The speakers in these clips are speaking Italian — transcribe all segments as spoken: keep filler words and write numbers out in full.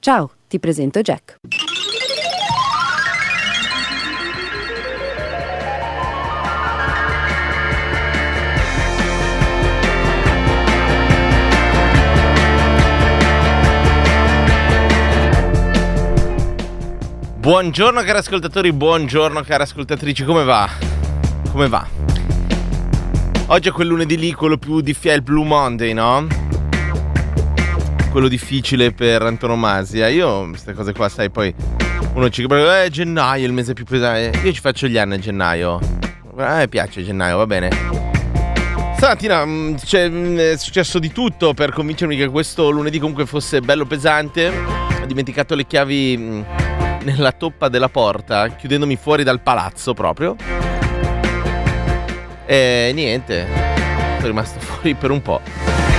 Ciao, ti presento Jack. Buongiorno cari ascoltatori, buongiorno cari ascoltatrici, come va? Come va? Oggi è quel lunedì lì, quello più difficile, il Blue Monday, no? Quello difficile per antonomasia. Io, queste cose qua, sai, poi uno ci dice, eh, gennaio è il mese più pesante. Io ci faccio gli anni a gennaio. A me piace gennaio, va bene. Stamattina cioè, è successo di tutto per convincermi che questo lunedì comunque fosse bello pesante. Ho dimenticato le chiavi nella toppa della porta, chiudendomi fuori dal palazzo proprio. E niente, sono rimasto fuori per un po'.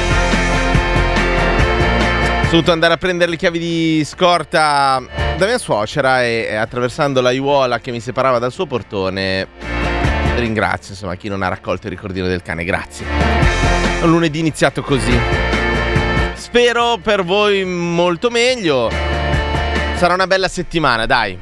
Sono dovuto andare a prendere le chiavi di scorta da mia suocera e, e attraversando la aiuola che mi separava dal suo portone, ringrazio insomma chi non ha raccolto il ricordino del cane, grazie. È un lunedì iniziato così. Spero per voi molto meglio. Sarà una bella settimana, dai.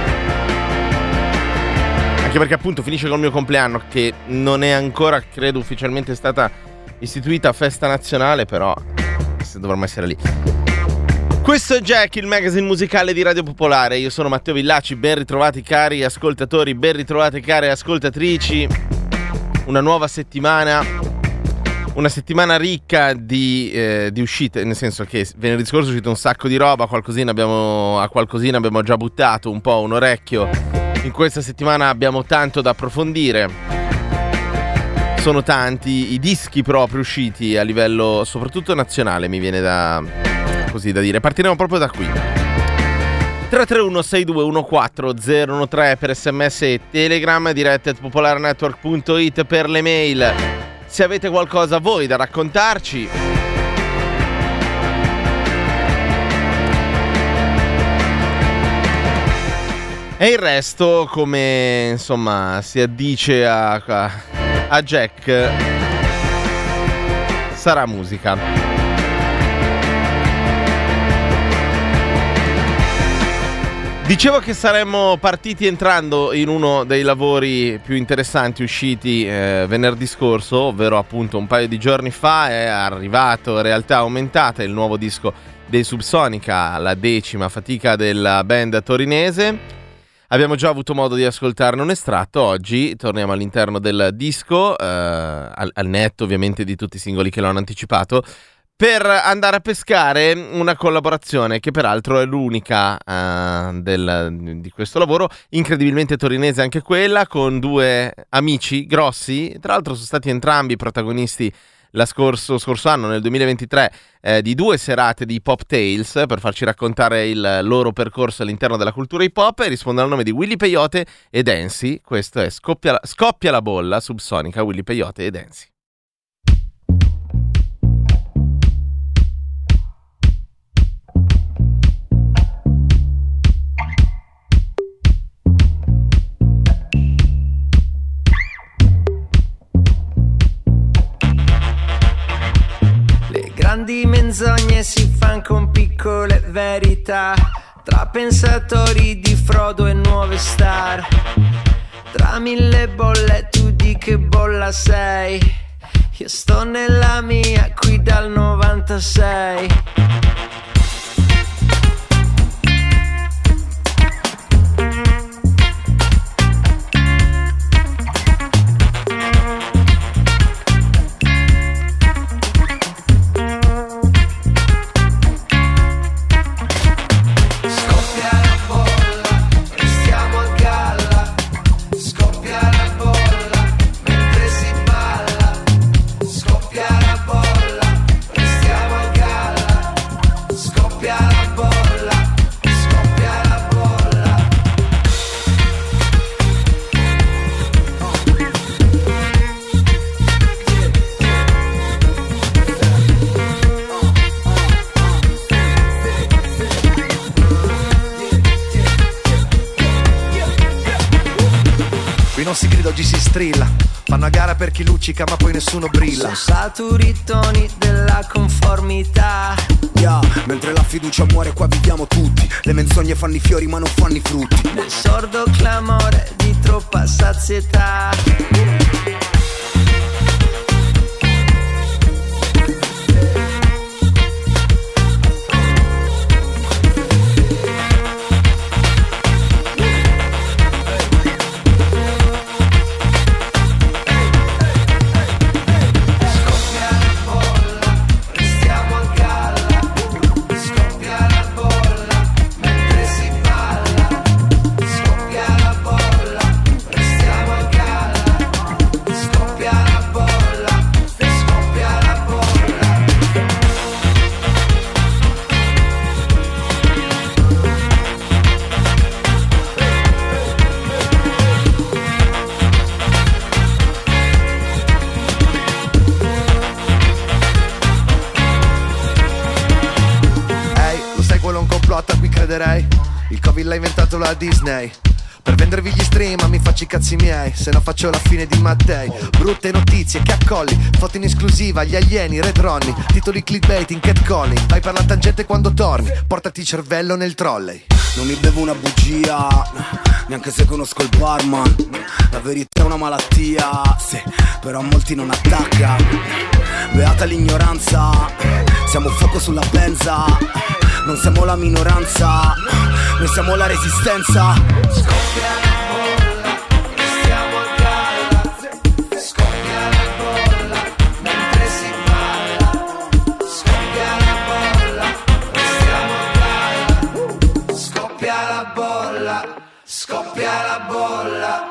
Anche perché appunto finisce col mio compleanno, che non è ancora, credo, ufficialmente stata istituita festa nazionale, però dovremmo essere lì. Questo è Jack, il magazine musicale di Radio Popolare. Io sono Matteo Villacci, ben ritrovati cari ascoltatori, ben ritrovate care ascoltatrici. Una nuova settimana. Una settimana ricca di, eh, di uscite, nel senso che venerdì scorso è uscito un sacco di roba, qualcosina abbiamo, a qualcosina abbiamo già buttato un po' un orecchio. In questa settimana abbiamo tanto da approfondire. Sono tanti i dischi proprio usciti a livello soprattutto nazionale, mi viene da così da dire. Partiremo proprio da qui. tre tre uno sei due uno quattro zero uno tre per sms e Telegram, diretta at popolarnetwork punto it per le mail. Se avete qualcosa voi da raccontarci. E il resto, come insomma si addice a, a, a Jack, sarà musica. Dicevo che saremmo partiti entrando in uno dei lavori più interessanti usciti eh, venerdì scorso, ovvero appunto un paio di giorni fa è arrivato Realtà Aumentata, il nuovo disco dei Subsonica, la decima fatica della band torinese. Abbiamo già avuto modo di ascoltarne un estratto, oggi torniamo all'interno del disco, eh, al, al netto ovviamente di tutti i singoli che lo hanno anticipato, per andare a pescare una collaborazione che peraltro è l'unica uh, del, di questo lavoro, incredibilmente torinese anche quella, con due amici grossi, tra l'altro sono stati entrambi protagonisti la scorso, scorso anno, nel duemilaventitré, eh, di due serate di Pop Tales per farci raccontare il loro percorso all'interno della cultura hip hop, e rispondono al nome di Willy Peyote e Dancy. Questo è Scoppia la, Scoppia la bolla, Subsonica, Willy Peyote e Dancy. Grandi menzogne si fan con piccole verità, tra pensatori di Frodo e nuove star. Tra mille bolle tu di che bolla sei? Io sto nella mia qui dal novantasei. non si grida, oggi si strilla. Fanno a gara per chi luccica ma poi nessuno brilla. Sono saturi toni della conformità. Yeah, mentre la fiducia muore, qua viviamo tutti. Le menzogne fanno i fiori ma non fanno i frutti. Nel sordo clamore di troppa sazietà. Il Covid l'ha inventato la Disney per vendervi gli stream, ma mi faccio i cazzi miei, se no faccio la fine di Mattei. Brutte notizie che accolli, foto in esclusiva, gli alieni, Red Ronnie, titoli clickbait in catcalling. Vai per la tangente quando torni, portati il cervello nel trolley. Non mi bevo una bugia, neanche se conosco il barman. La verità è una malattia, sì, però a molti non attacca. Beata l'ignoranza, siamo fuoco sulla benza. Non siamo la minoranza, noi siamo la resistenza. Scoppia la bolla, restiamo a galla. Scoppia la bolla, mentre si balla. Scoppia la bolla, restiamo a galla. Scoppia la bolla, scoppia la bolla.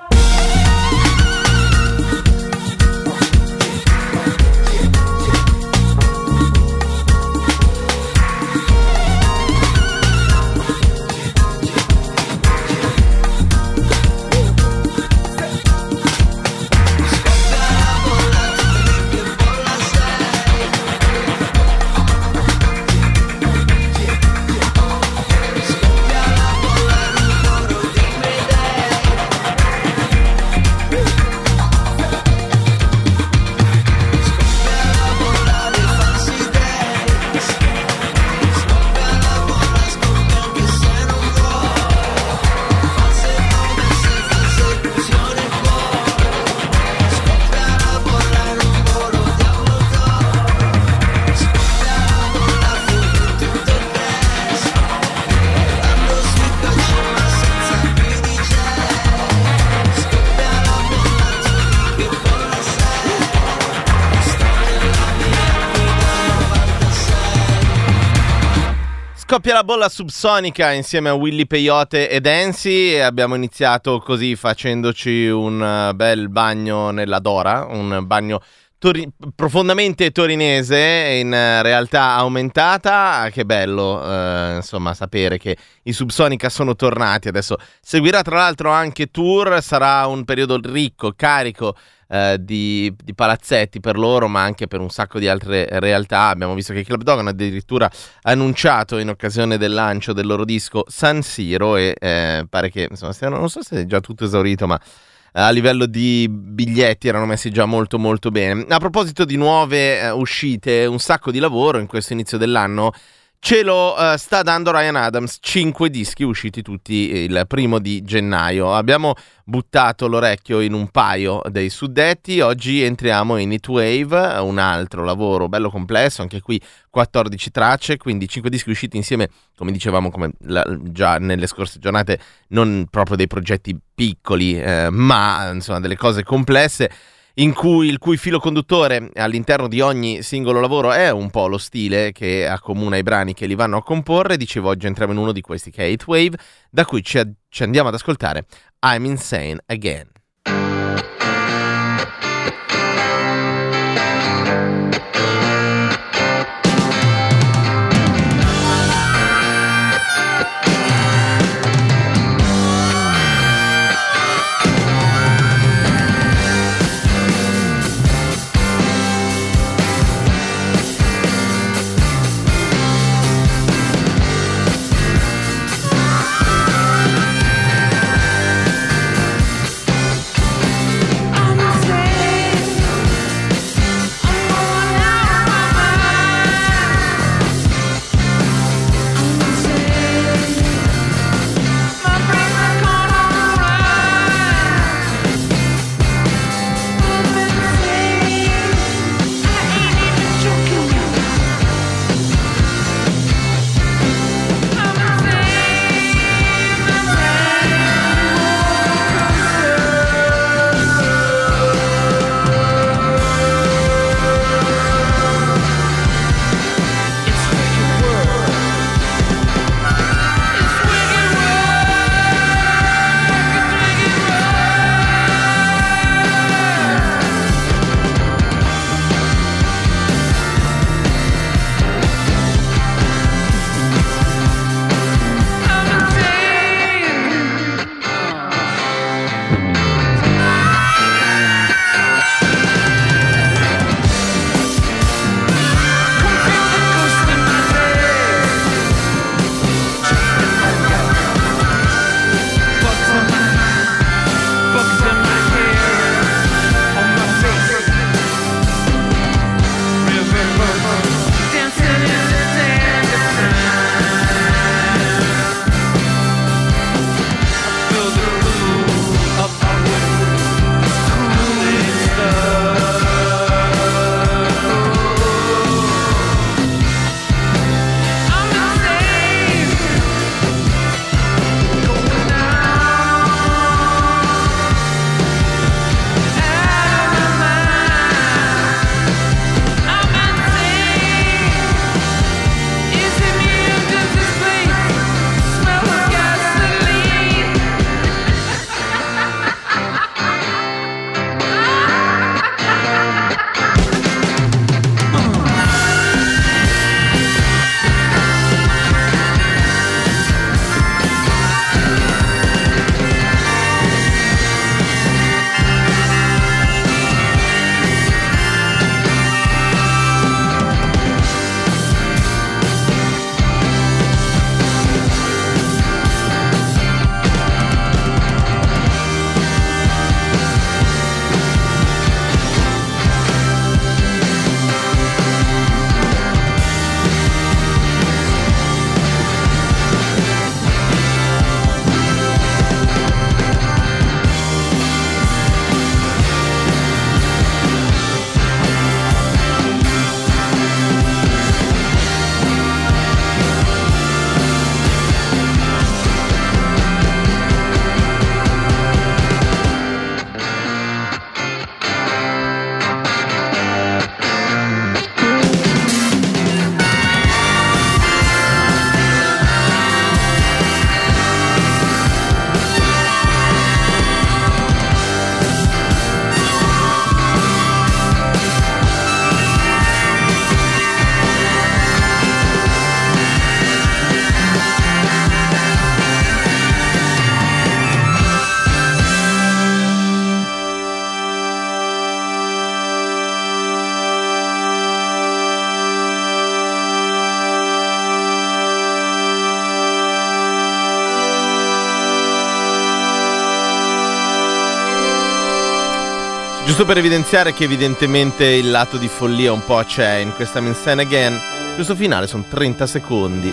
Scoppia la bolla subsonica insieme a Willy Peyote ed Ensi e abbiamo iniziato così facendoci un bel bagno nella Dora, un bagno tori- profondamente torinese, in realtà aumentata. Che bello eh, insomma sapere che i Subsonica sono tornati. Adesso seguirà tra l'altro anche tour, sarà un periodo ricco, carico Uh, di, di palazzetti per loro, ma anche per un sacco di altre realtà. Abbiamo visto che i Club Dogan addirittura annunciato in occasione del lancio del loro disco San Siro e eh, pare che insomma stiano, non so se è già tutto esaurito, ma a livello di biglietti erano messi già molto molto bene. A proposito di nuove uh, uscite, un sacco di lavoro in questo inizio dell'anno ce lo uh, sta dando Ryan Adams, cinque dischi usciti tutti il primo di gennaio. Abbiamo buttato l'orecchio in un paio dei suddetti, oggi entriamo in Heatwave, un altro lavoro bello complesso, anche qui quattordici tracce, quindi cinque dischi usciti insieme, come dicevamo come la, già nelle scorse giornate, non proprio dei progetti piccoli, eh, ma insomma delle cose complesse, in cui il cui filo conduttore all'interno di ogni singolo lavoro è un po' lo stile che accomuna i brani che li vanno a comporre. Dicevo, oggi entriamo in uno di questi che è Heatwave, da cui ci, ad- ci andiamo ad ascoltare I'm Insane Again. Giusto per evidenziare che evidentemente il lato di follia un po' c'è in questa I'm Insane Again. Questo finale sono trenta secondi.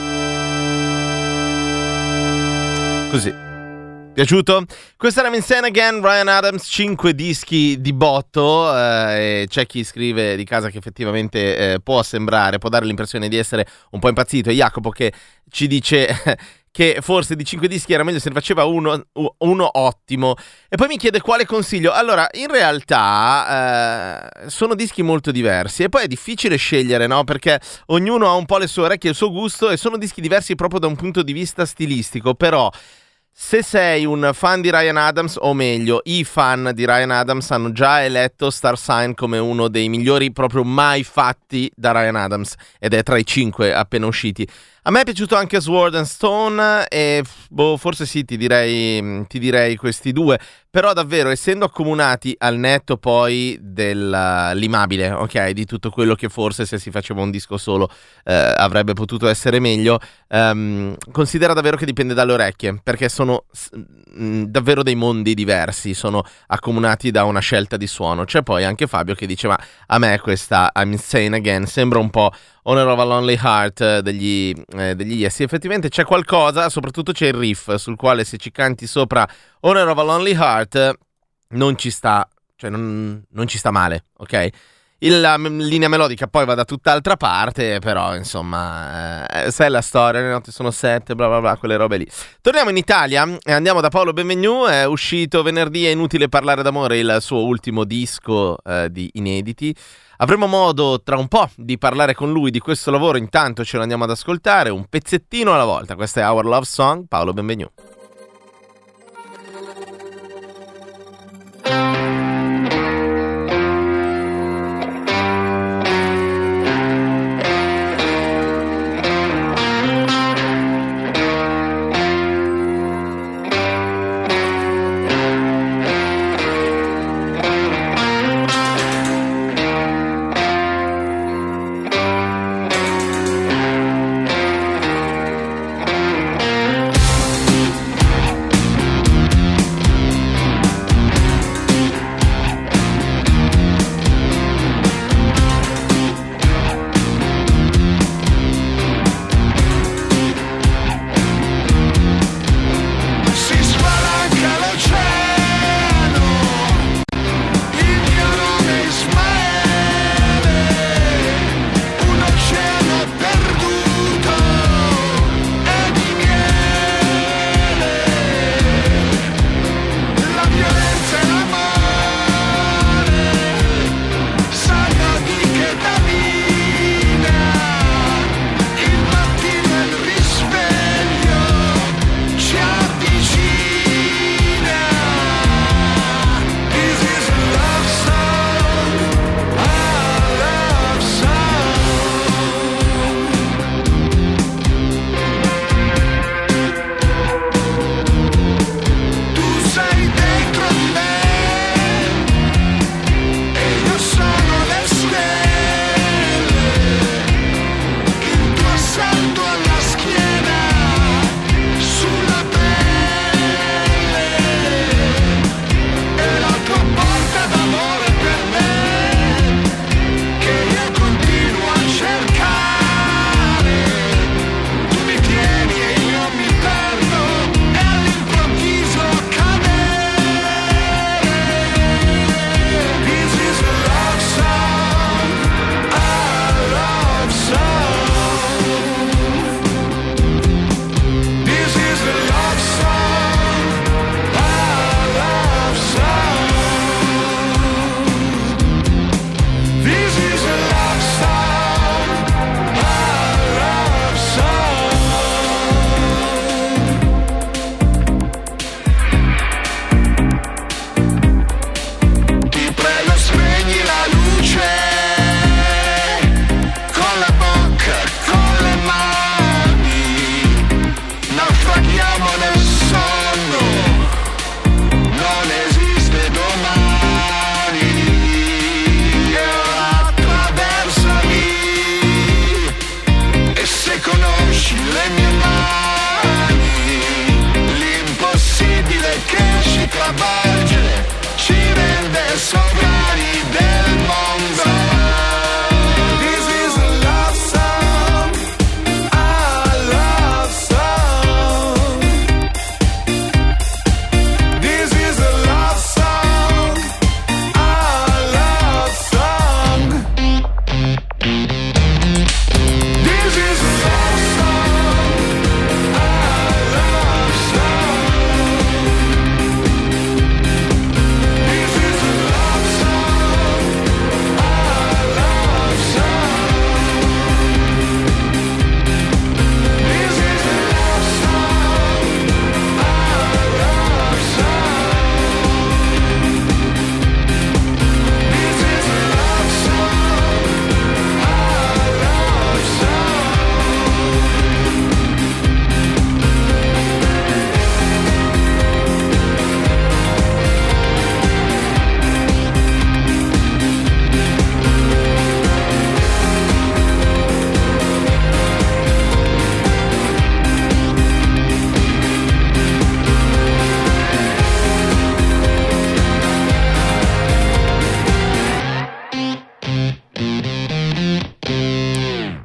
Così. Piaciuto? Questa era I'm Insane Again, Ryan Adams, cinque dischi di botto, eh, e c'è chi scrive di casa che effettivamente eh, può sembrare, può dare l'impressione di essere un po' impazzito. E Jacopo che ci dice che forse di cinque dischi era meglio se ne faceva uno, uno ottimo. E poi mi chiede quale consiglio. Allora, in realtà eh, sono dischi molto diversi e poi è difficile scegliere, no? Perché ognuno ha un po' le sue orecchie, il suo gusto, e sono dischi diversi proprio da un punto di vista stilistico. Però se sei un fan di Ryan Adams, o meglio, i fan di Ryan Adams hanno già eletto Star Sign come uno dei migliori proprio mai fatti da Ryan Adams, ed è tra i cinque appena usciti. A me è piaciuto anche Sword and Stone e boh, forse sì, ti direi, ti direi questi due, però davvero, essendo accomunati al netto poi dell'imabile, ok, di tutto quello che forse se si faceva un disco solo eh, avrebbe potuto essere meglio, um, considera davvero che dipende dalle orecchie, perché sono mh, davvero dei mondi diversi, sono accomunati da una scelta di suono. C'è poi anche Fabio che dice: ma a me questa I'm Insane Again sembra un po' Owner of a Lonely Heart degli, eh, degli Yes. Effettivamente c'è qualcosa, soprattutto c'è il riff sul quale se ci canti sopra Owner of a Lonely Heart non ci sta, cioè non, non ci sta male, ok? Il, la m- linea melodica poi va da tutt'altra parte, però insomma eh, sai la storia, le note sono sette, bla bla bla, quelle robe lì. Torniamo in Italia e andiamo da Paolo Benvenu. È uscito venerdì È inutile parlare d'amore, il suo ultimo disco eh, di inediti. Avremo modo tra un po' di parlare con lui di questo lavoro, intanto ce lo andiamo ad ascoltare un pezzettino alla volta. Questa è Our Love Song, Paolo Benvenu.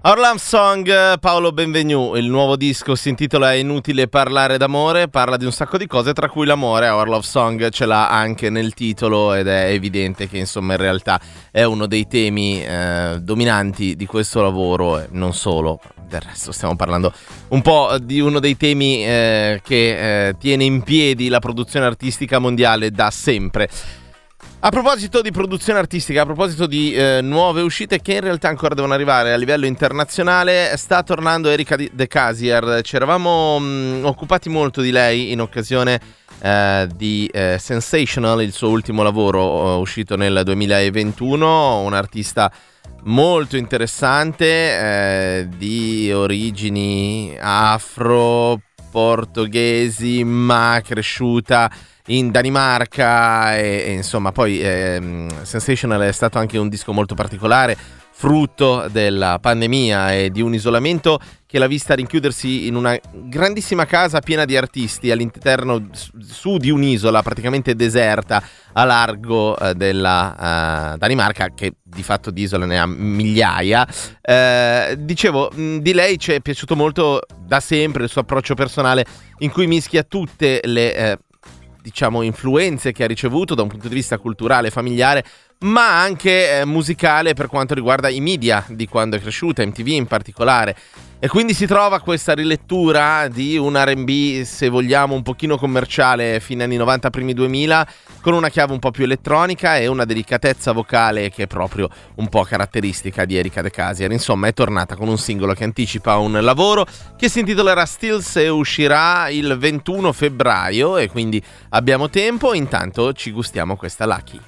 Our Love Song, Paolo Benvenu, il nuovo disco si intitola È inutile parlare d'amore, parla di un sacco di cose tra cui l'amore. Our Love Song ce l'ha anche nel titolo ed è evidente che insomma in realtà è uno dei temi eh, dominanti di questo lavoro e non solo. Del resto stiamo parlando un po' di uno dei temi eh, che eh, tiene in piedi la produzione artistica mondiale da sempre. A proposito di produzione artistica, a proposito di eh, nuove uscite che in realtà ancora devono arrivare a livello internazionale, sta tornando Erika De Casier. Ci eravamo mh, occupati molto di lei in occasione eh, di eh, Sensational, il suo ultimo lavoro uh, uscito nel duemilaventuno, un artista molto interessante eh, di origini afro, portoghesi, ma cresciuta in Danimarca e, e insomma poi ehm, Sensational è stato anche un disco molto particolare, frutto della pandemia e di un isolamento che l'ha vista rinchiudersi in una grandissima casa piena di artisti all'interno su di un'isola praticamente deserta a largo eh, della uh, Danimarca, che di fatto di isole ne ha migliaia. Eh, dicevo, mh, di lei ci è piaciuto molto da sempre il suo approccio personale in cui mischia tutte le eh, diciamo influenze che ha ricevuto da un punto di vista culturale e familiare, ma anche eh, musicale per quanto riguarda i media di quando è cresciuta, M T V in particolare. E quindi si trova questa rilettura di un R and B, se vogliamo, un pochino commerciale, fine anni novanta, primi duemila, con una chiave un po' più elettronica e una delicatezza vocale che è proprio un po' caratteristica di Erika De Casier. Insomma, è tornata con un singolo che anticipa un lavoro che si intitolerà Stills e uscirà il ventuno febbraio, e quindi abbiamo tempo. Intanto ci gustiamo questa Lucky.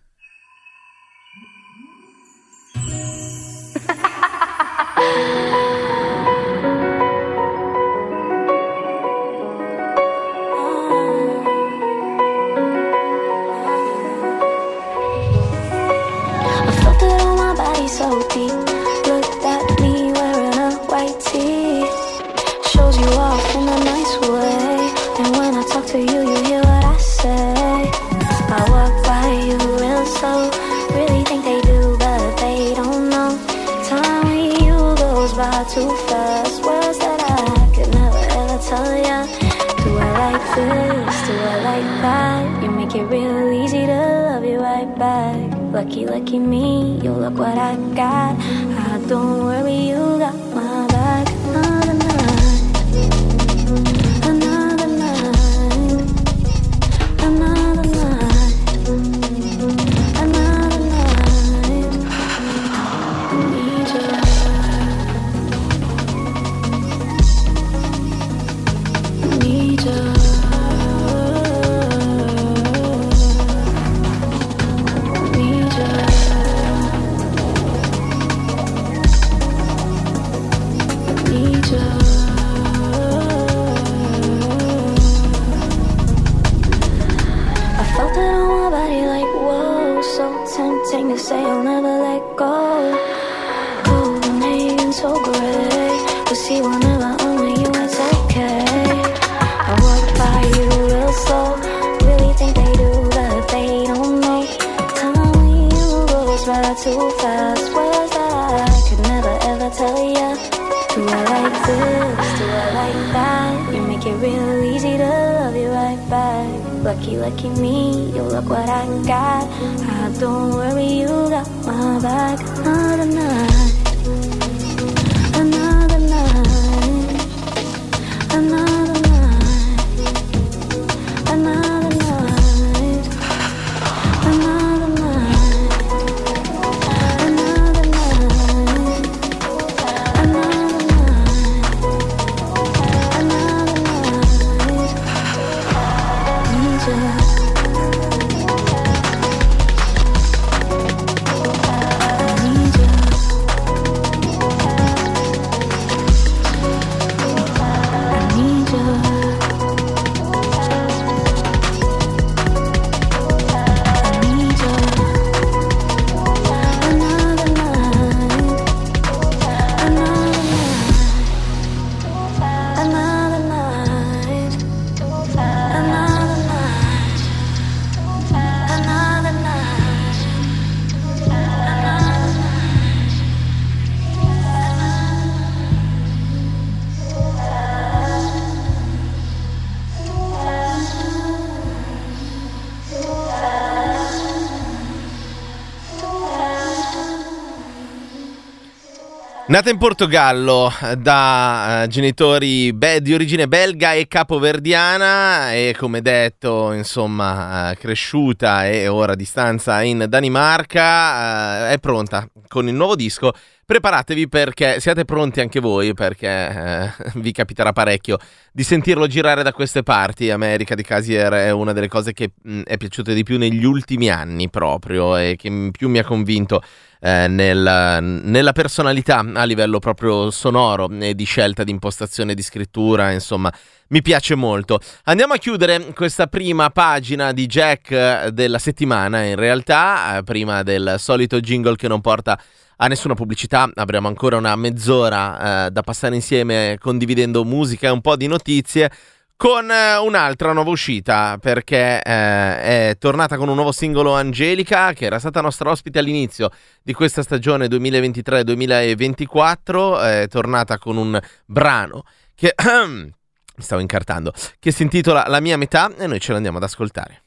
So deep, looked at me wearing a white tee. Shows you off in a nice way, and when I talk to you, you hear what I say. I walk by you real slow, really think they do, but they don't know. Time with you goes by too fast, words that I could never ever tell ya. Do I like this? Do I like that? You make it real easy to love you right back. Lucky, lucky me, you look what I got. I don't worry, you got my back. Another night, another night, another night, another night. I need you. I need you. Tempting to say I'll never let go. Golden and so gray, but see whenever I'm with you it's okay. I walk by you real slow, really think they do, but they don't know. Time with you goes by too fast, words that I could never ever tell ya. Do I like this? Do I like that? You make it real easy to love you right back. Lucky, lucky me, you look what I got. I don't worry, you got my back. Another night, another night, another night, another night, another night, another night, another night, another night. Need you. I need you. Nata in Portogallo da uh, genitori be- di origine belga e capoverdiana e come detto insomma uh, cresciuta e ora di stanza in Danimarca, uh, è pronta con il nuovo disco. Preparatevi perché siate pronti anche voi perché uh, vi capiterà parecchio di sentirlo girare da queste parti. America di Casier è una delle cose che mh, è piaciuta di più negli ultimi anni proprio e che più mi ha convinto Eh, nel, nella personalità a livello proprio sonoro e di scelta di impostazione di scrittura, insomma mi piace molto. Andiamo a chiudere questa prima pagina di Jack della settimana, in realtà eh, prima del solito jingle che non porta a nessuna pubblicità. Avremo ancora una mezz'ora eh, da passare insieme condividendo musica e un po' di notizie con eh, un'altra nuova uscita, perché eh, è tornata con un nuovo singolo Angelica, che era stata nostra ospite all'inizio di questa stagione duemilaventitré duemilaventiquattro, è tornata con un brano che mi stavo incartando, che si intitola La mia metà e noi ce l'andiamo ad ascoltare.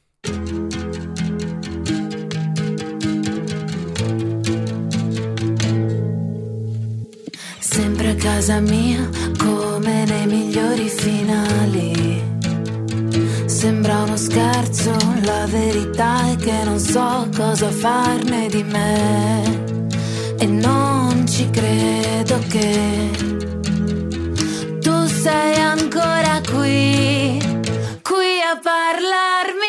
Sempre a casa mia, come nei migliori finali. Sembra uno scherzo, la verità è che non so cosa farne di me. E non ci credo che tu sei ancora qui, qui a parlarmi.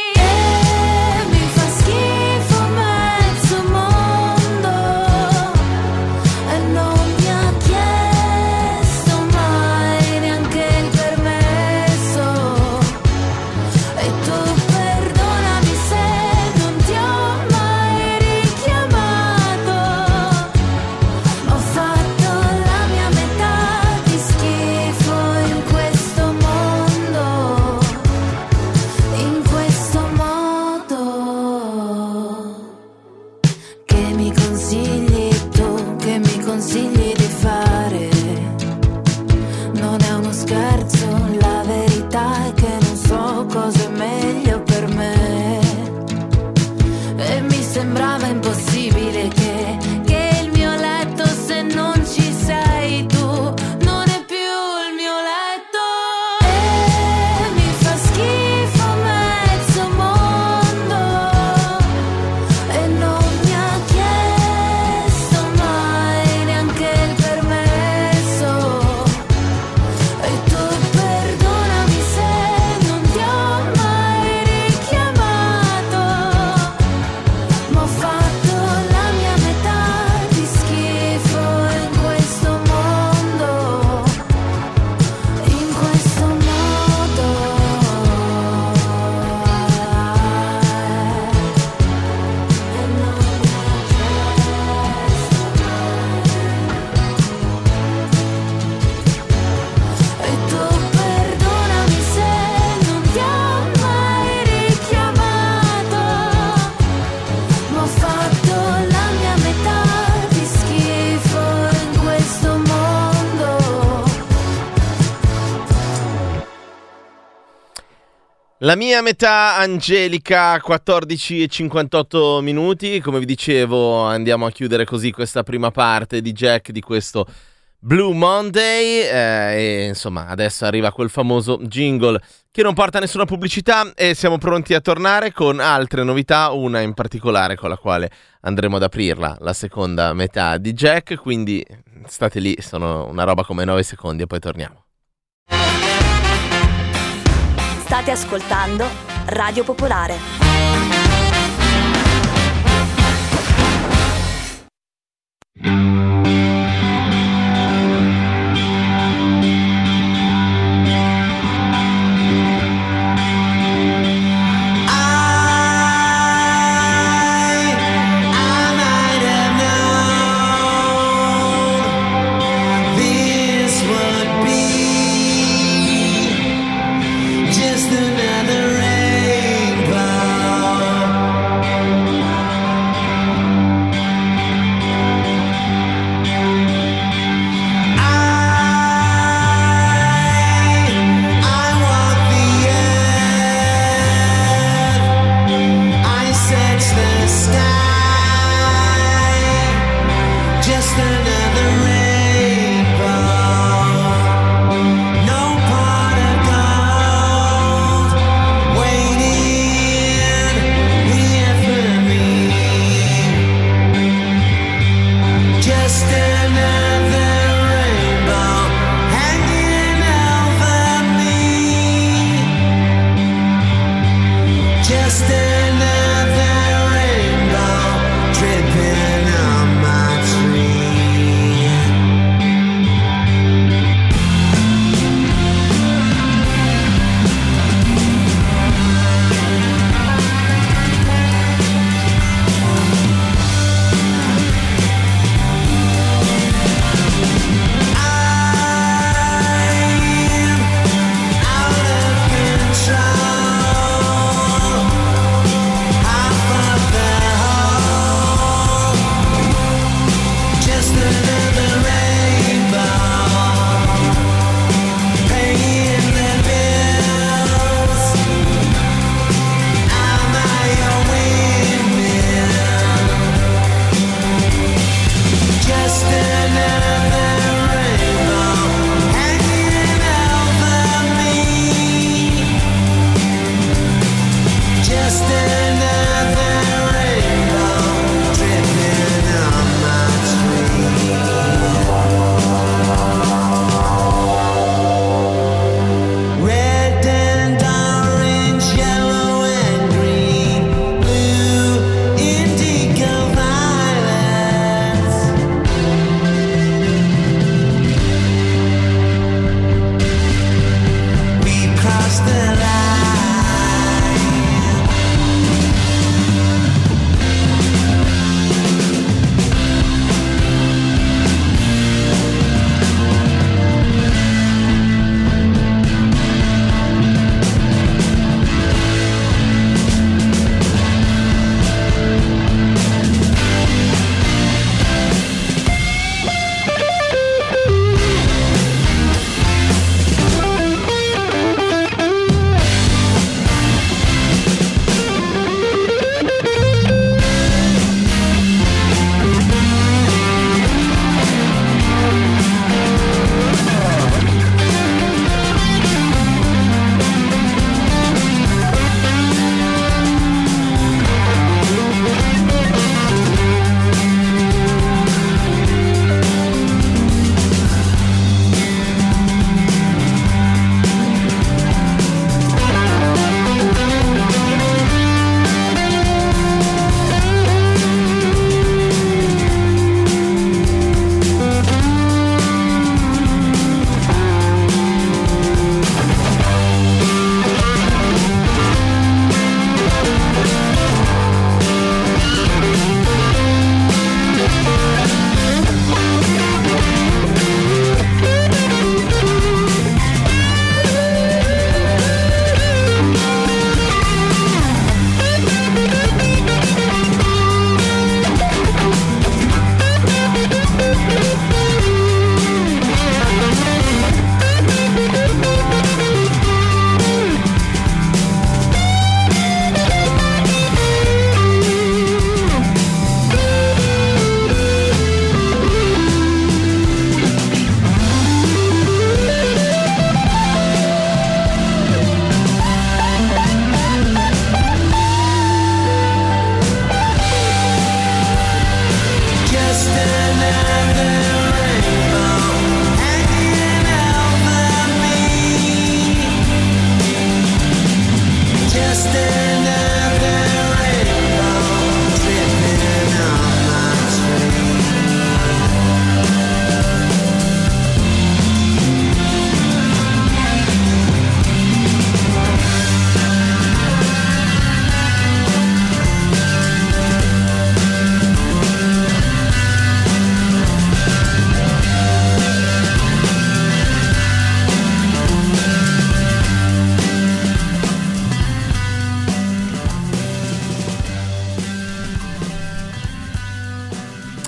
La mia metà Angelica, quattordici e cinquantotto minuti, come vi dicevo andiamo a chiudere così questa prima parte di Jack di questo Blue Monday eh, e insomma adesso arriva quel famoso jingle che non porta nessuna pubblicità e siamo pronti a tornare con altre novità, una in particolare con la quale andremo ad aprirla, la seconda metà di Jack, quindi state lì, sono una roba come nove secondi e poi torniamo. State ascoltando Radio Popolare.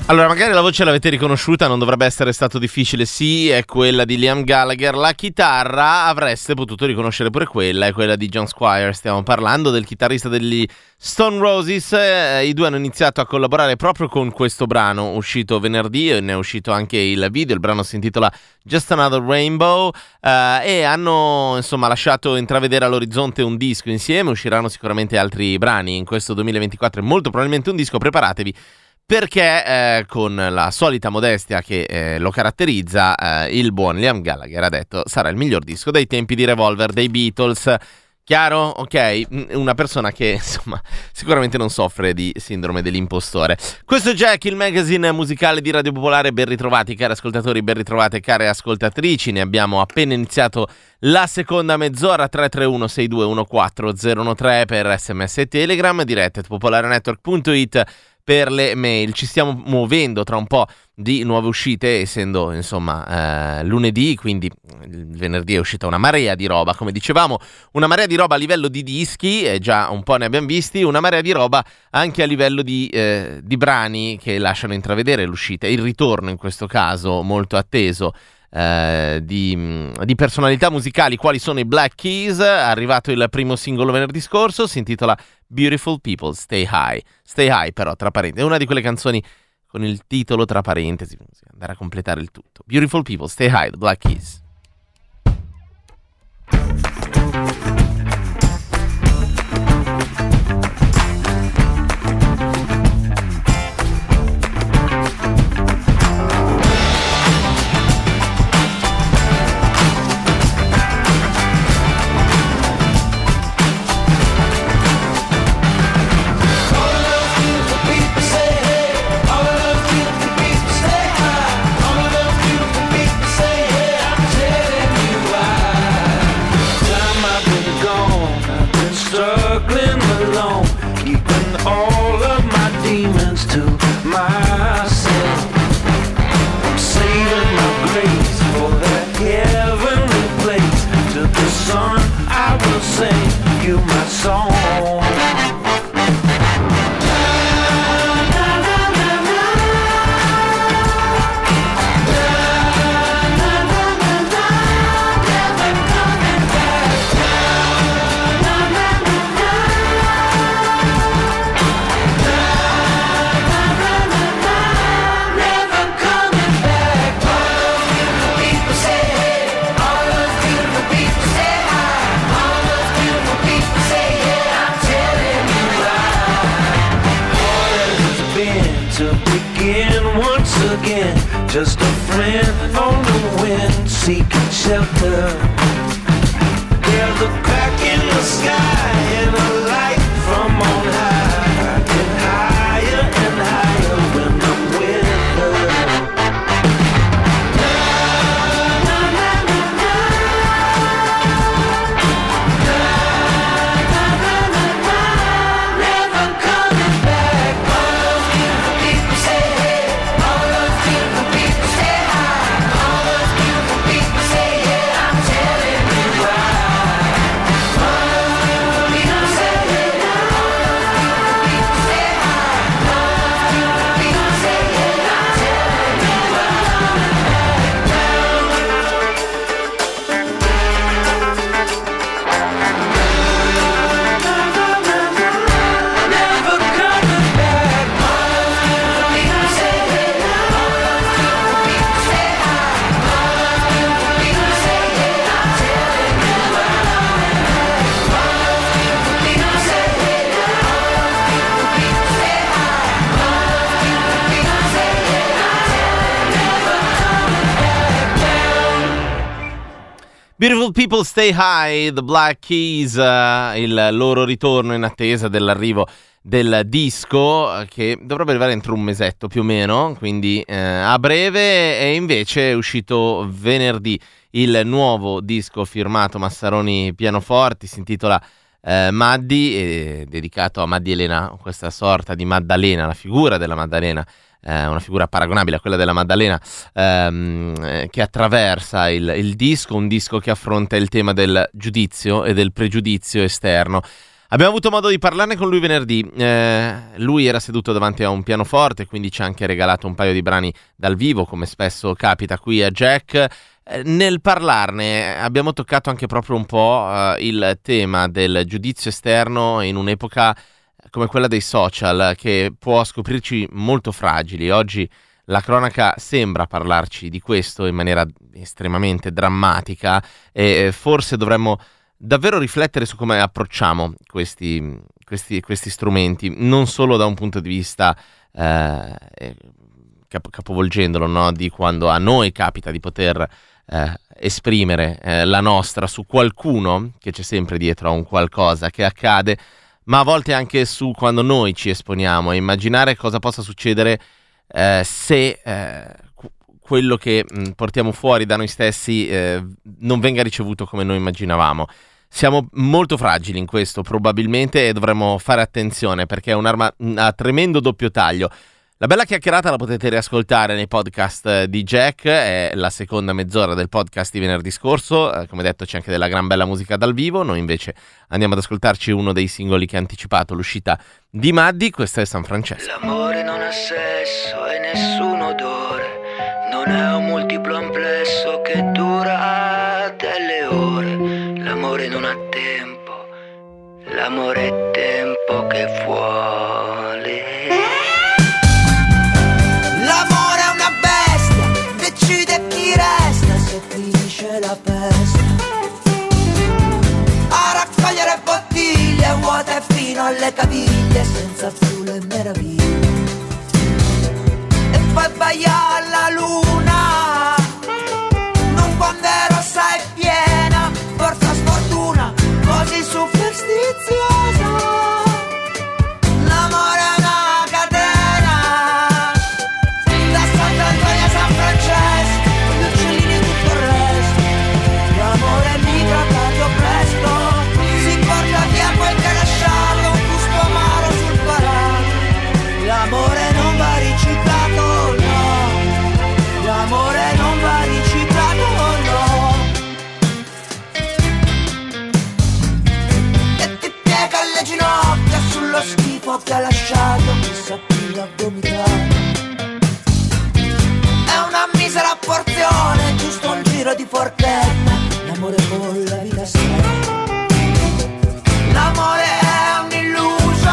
Allora, magari la voce l'avete riconosciuta, non dovrebbe essere stato difficile. Sì, è quella di Liam Gallagher. La chitarra avreste potuto riconoscere pure quella, è quella di John Squire. Stiamo parlando del chitarrista degli Stone Roses. Eh, I due hanno iniziato a collaborare proprio con questo brano, uscito venerdì, e ne è uscito anche il video. Il brano si intitola Just Another Rainbow, eh, e hanno insomma lasciato intravedere all'orizzonte un disco insieme. Usciranno sicuramente altri brani in questo duemilaventiquattro e molto probabilmente un disco. Preparatevi, perché eh, con la solita modestia che eh, lo caratterizza, eh, il buon Liam Gallagher ha detto sarà il miglior disco dei tempi di Revolver dei Beatles. Chiaro? Ok, una persona che insomma sicuramente non soffre di sindrome dell'impostore. Questo è Jack, il magazine musicale di Radio Popolare. Ben ritrovati cari ascoltatori, ben ritrovate care ascoltatrici. Ne abbiamo appena iniziato la seconda mezz'ora. Tre tre uno sei due uno quattro zero uno tre per sms e telegram, dirette at popolarenetwork punto it per le mail. Ci stiamo muovendo tra un po' di nuove uscite, essendo insomma eh, lunedì, quindi il venerdì è uscita una marea di roba, come dicevamo, una marea di roba a livello di dischi, e già un po' ne abbiamo visti, una marea di roba anche a livello di, eh, di brani che lasciano intravedere l'uscita, il ritorno in questo caso molto atteso eh, di, di personalità musicali quali sono i Black Keys. È arrivato il primo singolo venerdì scorso, si intitola Beautiful People Stay High. Stay High però tra parentesi, è una di quelle canzoni con il titolo tra parentesi, andare a completare il tutto. Beautiful People Stay High, The Black Keys. Just a friend on the wind, seeking shelter. There's a crack in the sky and a light from on high, and higher and higher when I'm with her. Never coming back. All those beautiful people say hey. All those beautiful people say hi. All those beautiful people say yeah. I'm telling you why. All those beautiful people say hey. All those beautiful people say hi. All those beautiful people say yeah. I'm telling you why. Never coming back. All those beautiful people say hey. All those beautiful people say hi. All those beautiful people say yeah. I'm telling you why. All those beautiful people say hey. All those beautiful people say hi. All those beautiful people say yeah. I'm telling you. Never coming back. Beautiful People Stay High, The Black Keys, eh, il loro ritorno in attesa dell'arrivo del disco, eh, che dovrebbe arrivare entro un mesetto più o meno, quindi eh, a breve. E invece è uscito venerdì il nuovo disco firmato Massaroni pianoforti, si intitola eh, Maddi, è dedicato a Maddi Elena, questa sorta di Maddalena, la figura della Maddalena, eh, una figura paragonabile a quella della Maddalena, ehm, eh, che attraversa il, il disco, un disco che affronta il tema del giudizio e del pregiudizio esterno. Abbiamo avuto modo di parlarne con lui venerdì. Eh, lui era seduto davanti a un pianoforte, quindi ci ha anche regalato un paio di brani dal vivo, come spesso capita qui a Jack. Eh, nel parlarne abbiamo toccato anche proprio un po' eh, il tema del giudizio esterno in un'epoca come quella dei social, che può scoprirci molto fragili. Oggi la cronaca sembra parlarci di questo in maniera estremamente drammatica e forse dovremmo davvero riflettere su come approcciamo questi, questi, questi strumenti, non solo da un punto di vista eh, cap- capovolgendolo, no? Di quando a noi capita di poter eh, esprimere eh, la nostra su qualcuno che c'è sempre dietro a un qualcosa che accade, ma a volte anche su quando noi ci esponiamo e immaginare cosa possa succedere eh, se eh, quello che mh, portiamo fuori da noi stessi eh, non venga ricevuto come noi immaginavamo. Siamo molto fragili in questo probabilmente e dovremmo fare attenzione, perché è un'arma a tremendo doppio taglio. La bella chiacchierata la potete riascoltare nei podcast di Jack, è la seconda mezz'ora del podcast di venerdì scorso. Eh, come detto c'è anche della gran bella musica dal vivo. Noi invece andiamo ad ascoltarci uno dei singoli che ha anticipato l'uscita di Maddi. Questo è San Francesco. L'amore non ha sesso e nessun odore, non è un multiplo amplesso che dura delle ore. L'amore non ha tempo, l'amore è tempo che vuole. L'amore è una bestia, decide chi resta se finisce la festa. A raccogliere bottiglie vuote fino alle caviglie senza più le meraviglie. E poi vai alla luna, non quando ero sai piena, forza sfortuna, così superstiziosa. L'amore è una catena, da Sant'Antonio a San Francesco, con gli uccellini e tutto il resto. L'amore migra tanto presto, si porta via quel che ha lasciato, un gusto amaro sul parato. L'amore non va riciclato, no. L'amore non va riciclato, no. E ti piega le ginocchia sullo schifo che ha lasciato, chissà chi l'ha vomitato. È una misera porzione, giusto un giro di forchetta. L'amore con la vita stretta. L'amore è un illuso,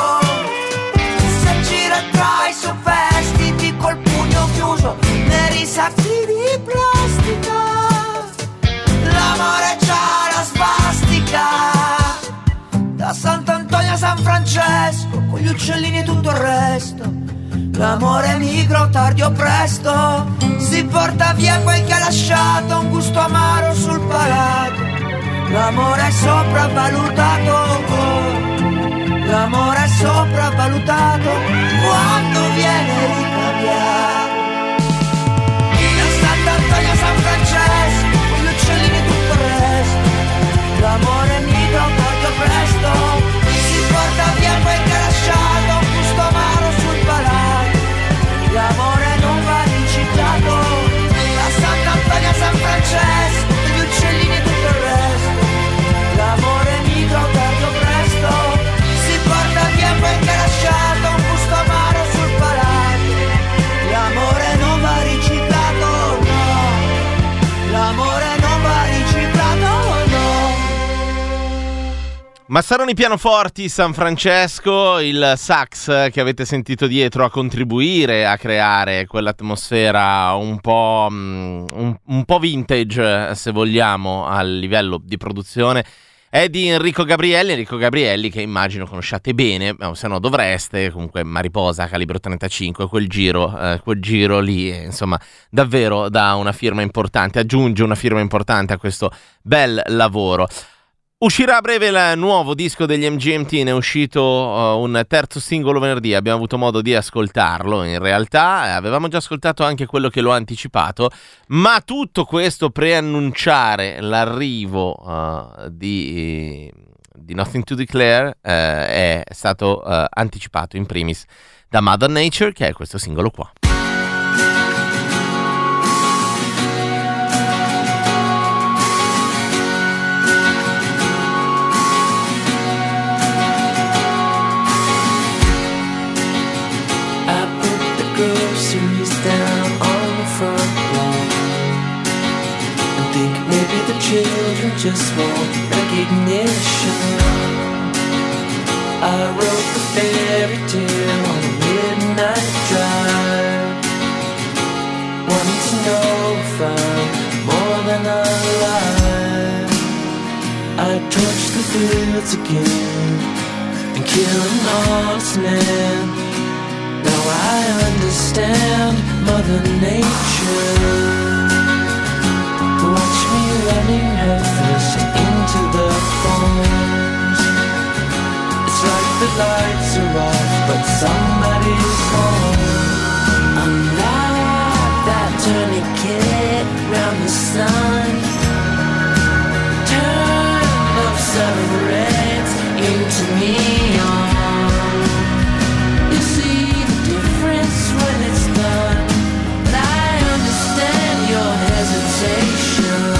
se gira tra i superstiti col pugno chiuso nei sacchi di plastica. L'amore c'ha la svastica, da Sant'Antonio a San Francesco, con gli uccellini e tutto il resto. L'amore migra tardi o presto, si porta via quel che ha lasciato, un gusto amaro sul palato. L'amore è sopravvalutato, l'amore è sopravvalutato quando viene ricambiato. Da Sant'Antonio a San Francesco, con gli uccellini e tutto il resto. L'amore migra tanto presto, si porta via quel che ha lasciato, un gusto amaro sul palato. L'amore non va riciclato, da Sant'Antonio a San Francesco, con gli uccellini e tutto il resto. L'amore migra tardi o presto, si porta via quel che ha lasciato, un gusto amaro sul palato. L'amore non va riciclato, no. L'amore non va riciclato, no. Ma saranno i pianoforti, San Francesco, il sax che avete sentito dietro a contribuire a creare quell'atmosfera un po', um, un, un po' vintage, se vogliamo, a livello di produzione. È di Enrico Gabrielli, Enrico Gabrielli che immagino conosciate bene, se no dovreste, comunque Mariposa, Calibro trentacinque, quel giro, eh, quel giro lì, eh, insomma, davvero dà una firma importante, aggiunge una firma importante a questo bel lavoro. Uscirà a breve il nuovo disco degli M G M T, ne è uscito uh, un terzo singolo venerdì, abbiamo avuto modo di ascoltarlo, in realtà avevamo già ascoltato anche quello che lo ha anticipato, ma tutto questo preannunciare l'arrivo uh, di, di Nothing to Declare uh, è stato uh, anticipato in primis da Mother Nature, che è questo singolo qua. Maybe the children just want recognition. I wrote the fairy tale on a midnight drive, wanting to know if I'm more than alive. I torched the fields again and killed an honest man. Now I understand Mother Nature. Watch me running headfirst into the thorns. It's like the lights are off, but somebody's home. I'm like that tourniquet round the sun. Turn of seven reds into neon. You see the difference when it's done, but I understand your hesitation.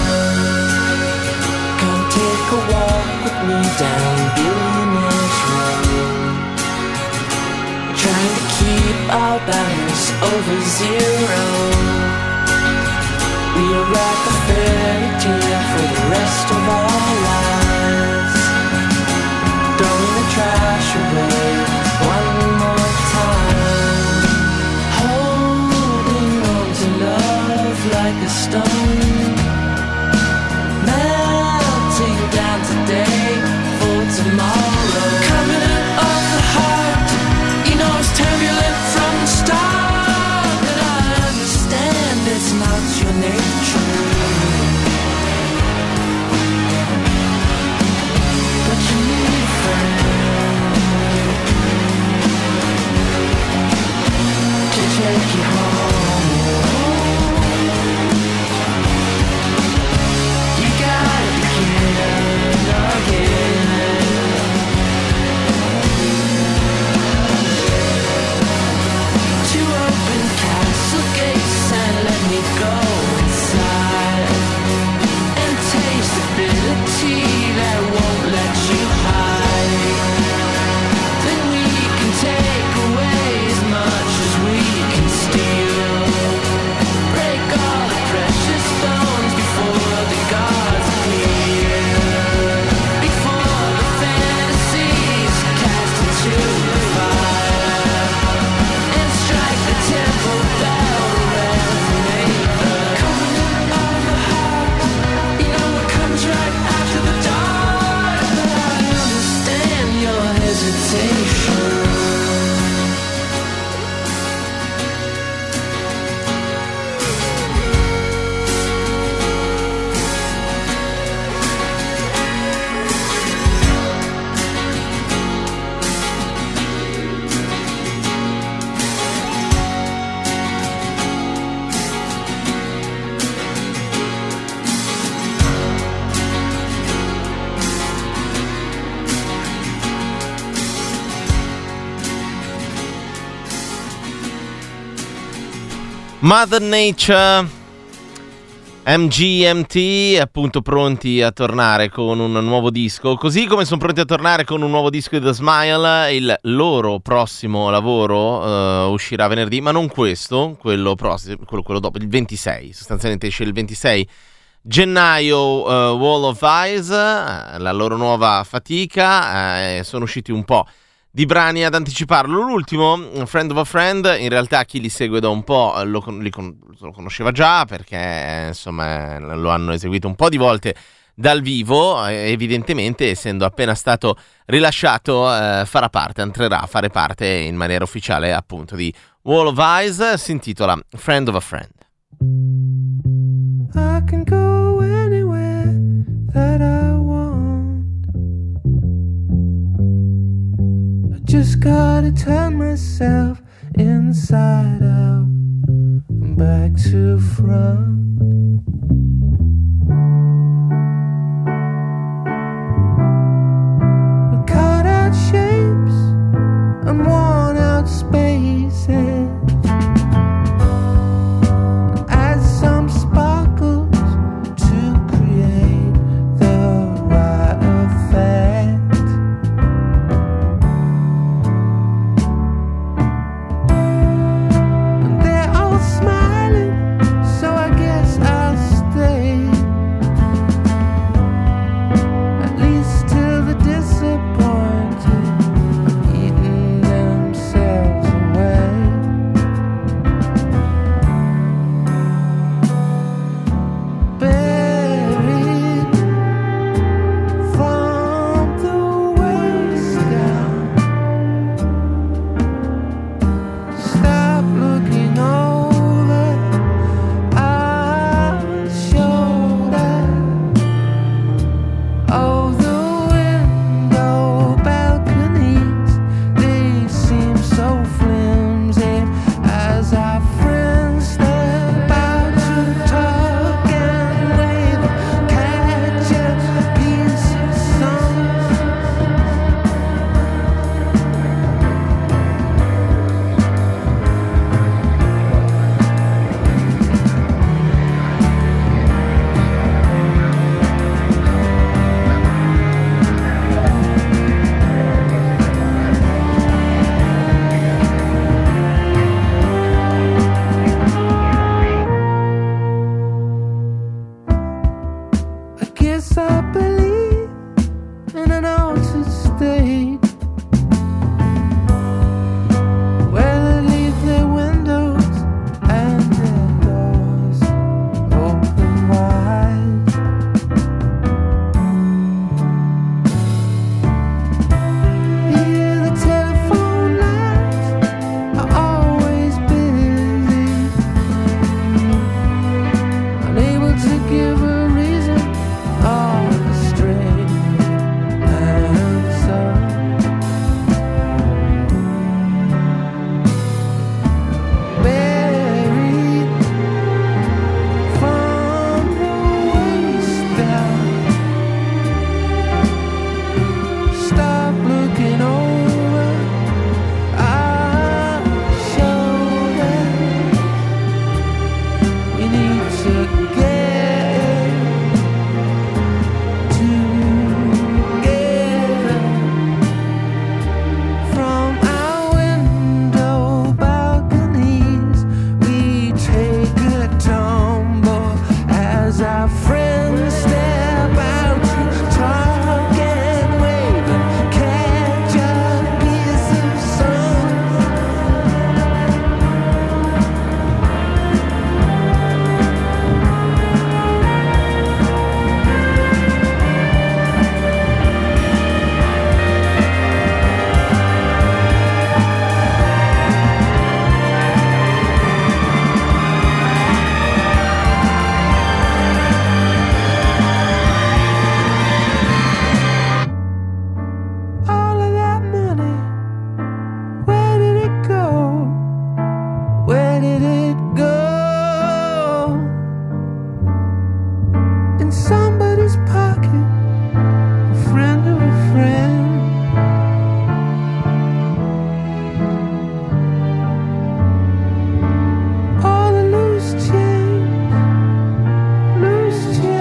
Come take a walk with me down Billionaire's Road, trying to keep our balance over zero. We are like a fairy tale for the rest of our lives, throwing the trash away one more time, holding on to love like a stone, melting down today for tomorrow. Covenant of the heart, you know it's turbulent from the start, but I understand it's not your nature. But you need a friend to take you home. You gotta begin again. To open castle gates and let me go inside, and taste ability that won't let you hide. Then we can take away as much as we can steal, break all the precious stones before the gods appear, before the fantasies cast into the fire, and strike the temple bell to resonate the covenant of the heart. You know it comes right after the dark, but I understand your hesitation. Mother Nature, M G M T, appunto pronti a tornare con un nuovo disco, così come sono pronti a tornare con un nuovo disco di The Smile. Il loro prossimo lavoro uh, uscirà venerdì, ma non questo, quello prossimo, quello, quello dopo, il ventisei, sostanzialmente esce il ventisei gennaio. uh, Wall of Eyes, uh, la loro nuova fatica, uh, sono usciti un po' di brani ad anticiparlo. L'ultimo, Friend of a Friend, in realtà chi li segue da un po' lo, li con- lo conosceva già, perché insomma lo hanno eseguito un po' di volte dal vivo. Evidentemente, essendo appena stato rilasciato, eh, farà parte, entrerà a fare parte in maniera ufficiale appunto di Wall of Eyes. Si intitola Friend of a Friend. I can go anywhere that I want. I just gotta turn myself inside out and back to front. We cut out shapes and worn out spaces. As Yes, I believe in an altered state where they leave their windows and their doors open wide. Here the telephone lines are always busy, unable to give a reason or a straight answer. Buried from the waist down. Stop looking over our shoulders. We need to get together. From our window balconies, we take a tumble as our friends step out to talk and wave and catch a piece of sun. All of that money, where did it go? Where did it go? In somebody's pocket, a friend of a friend. All the loose change, loose change.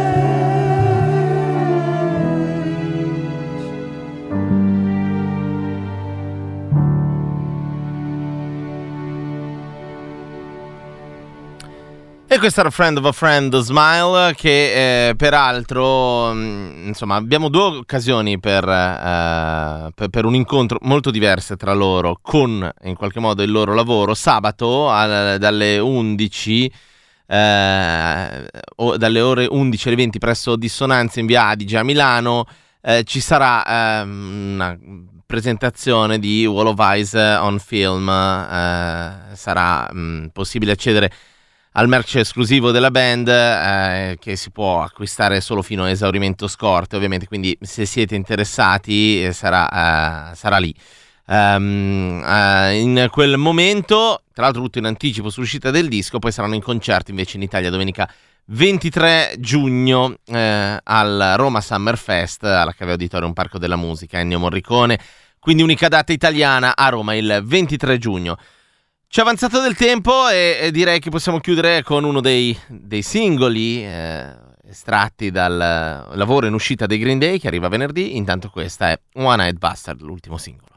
E questo era Friend of a Friend, Smile, che eh, peraltro, mh, insomma, abbiamo due occasioni per, eh, per, per un incontro molto diverse tra loro, con in qualche modo il loro lavoro. Sabato al- dalle undici, eh, o dalle ore undici alle venti presso Dissonanza in via Adige a Milano, eh, ci sarà ehm, una presentazione di Wall of Eyes on Film. Eh, sarà mh, possibile accedere al merch esclusivo della band, eh, che si può acquistare solo fino a esaurimento scorte, ovviamente, quindi se siete interessati eh, sarà, eh, sarà lì. Um, eh, in quel momento, tra l'altro tutto in anticipo sull'uscita del disco, poi saranno in concerto invece in Italia domenica ventitré giugno eh, al Roma Summer Fest alla Cave Auditorium Parco della Musica, Ennio Morricone, quindi unica data italiana a Roma il ventitré giugno. Ci è avanzato del tempo e, e direi che possiamo chiudere con uno dei, dei singoli eh, estratti dal lavoro in uscita dei Green Day, che arriva venerdì. Intanto questa è One Eyed Bastard, l'ultimo singolo.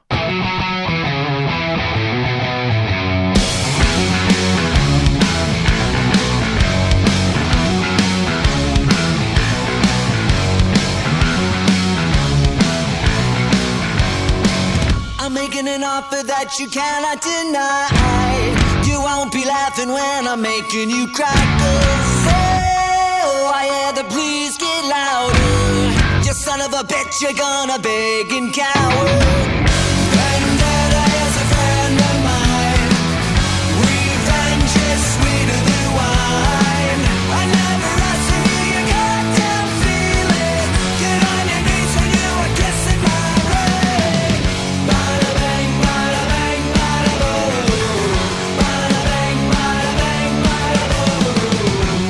I'm making an offer that you cannot deny. You won't be laughing when I'm making you cry. 'Cause, oh, I hear the please get louder. You son of a bitch, you're gonna beg and cower. Vendetta is a friend of mine. Revenge is sweeter than wine. I never asked for you, you goddamn feeling. Get on your knees when you were kissing my ring. Bada bang, bada bang, bada boom. Bada bang, bada bang, bada boom.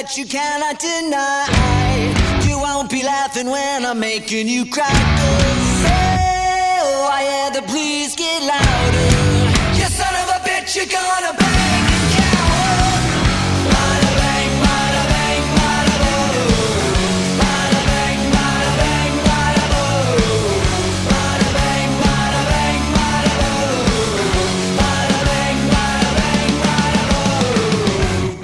that you cannot deny. You won't be laughing when I'm making you cry. 'Cause, oh, I hear the please get louder. You son of a bitch, you're gonna bang and coward. Bada bang, bada bang, bada boom. Bada bang, bada bang, bada boom. Bada bang, bada bang, bada boom. Bada bang, bada bang, bada boom.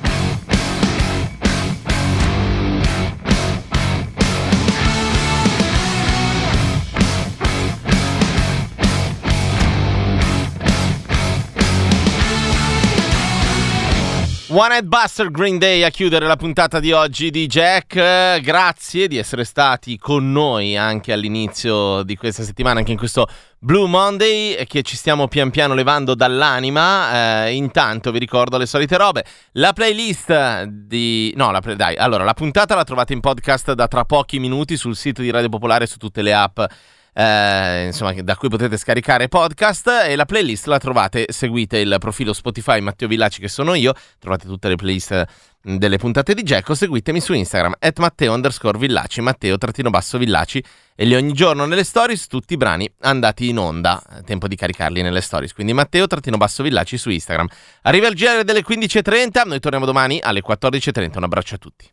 One Head Buster, Green Day a chiudere la puntata di oggi di Jack. Eh, grazie di essere stati con noi anche all'inizio di questa settimana, anche in questo Blue Monday che ci stiamo pian piano levando dall'anima. Eh, intanto vi ricordo le solite robe, la playlist di... no, la play... dai, allora la puntata la trovate in podcast da tra pochi minuti sul sito di Radio Popolare, su tutte le app Eh, insomma, da cui potete scaricare podcast, e la playlist la trovate, seguite il profilo Spotify Matteo Villaci che sono io, trovate tutte le playlist delle puntate di Jack, o seguitemi su Instagram at Matteo underscore Villaci, Matteo trattino basso Villaci, e lì ogni giorno nelle stories tutti i brani andati in onda, tempo di caricarli nelle stories, quindi Matteo trattino basso Villaci su Instagram. Arriva il G R delle quindici e trenta, noi torniamo domani alle quattordici e trenta, un abbraccio a tutti.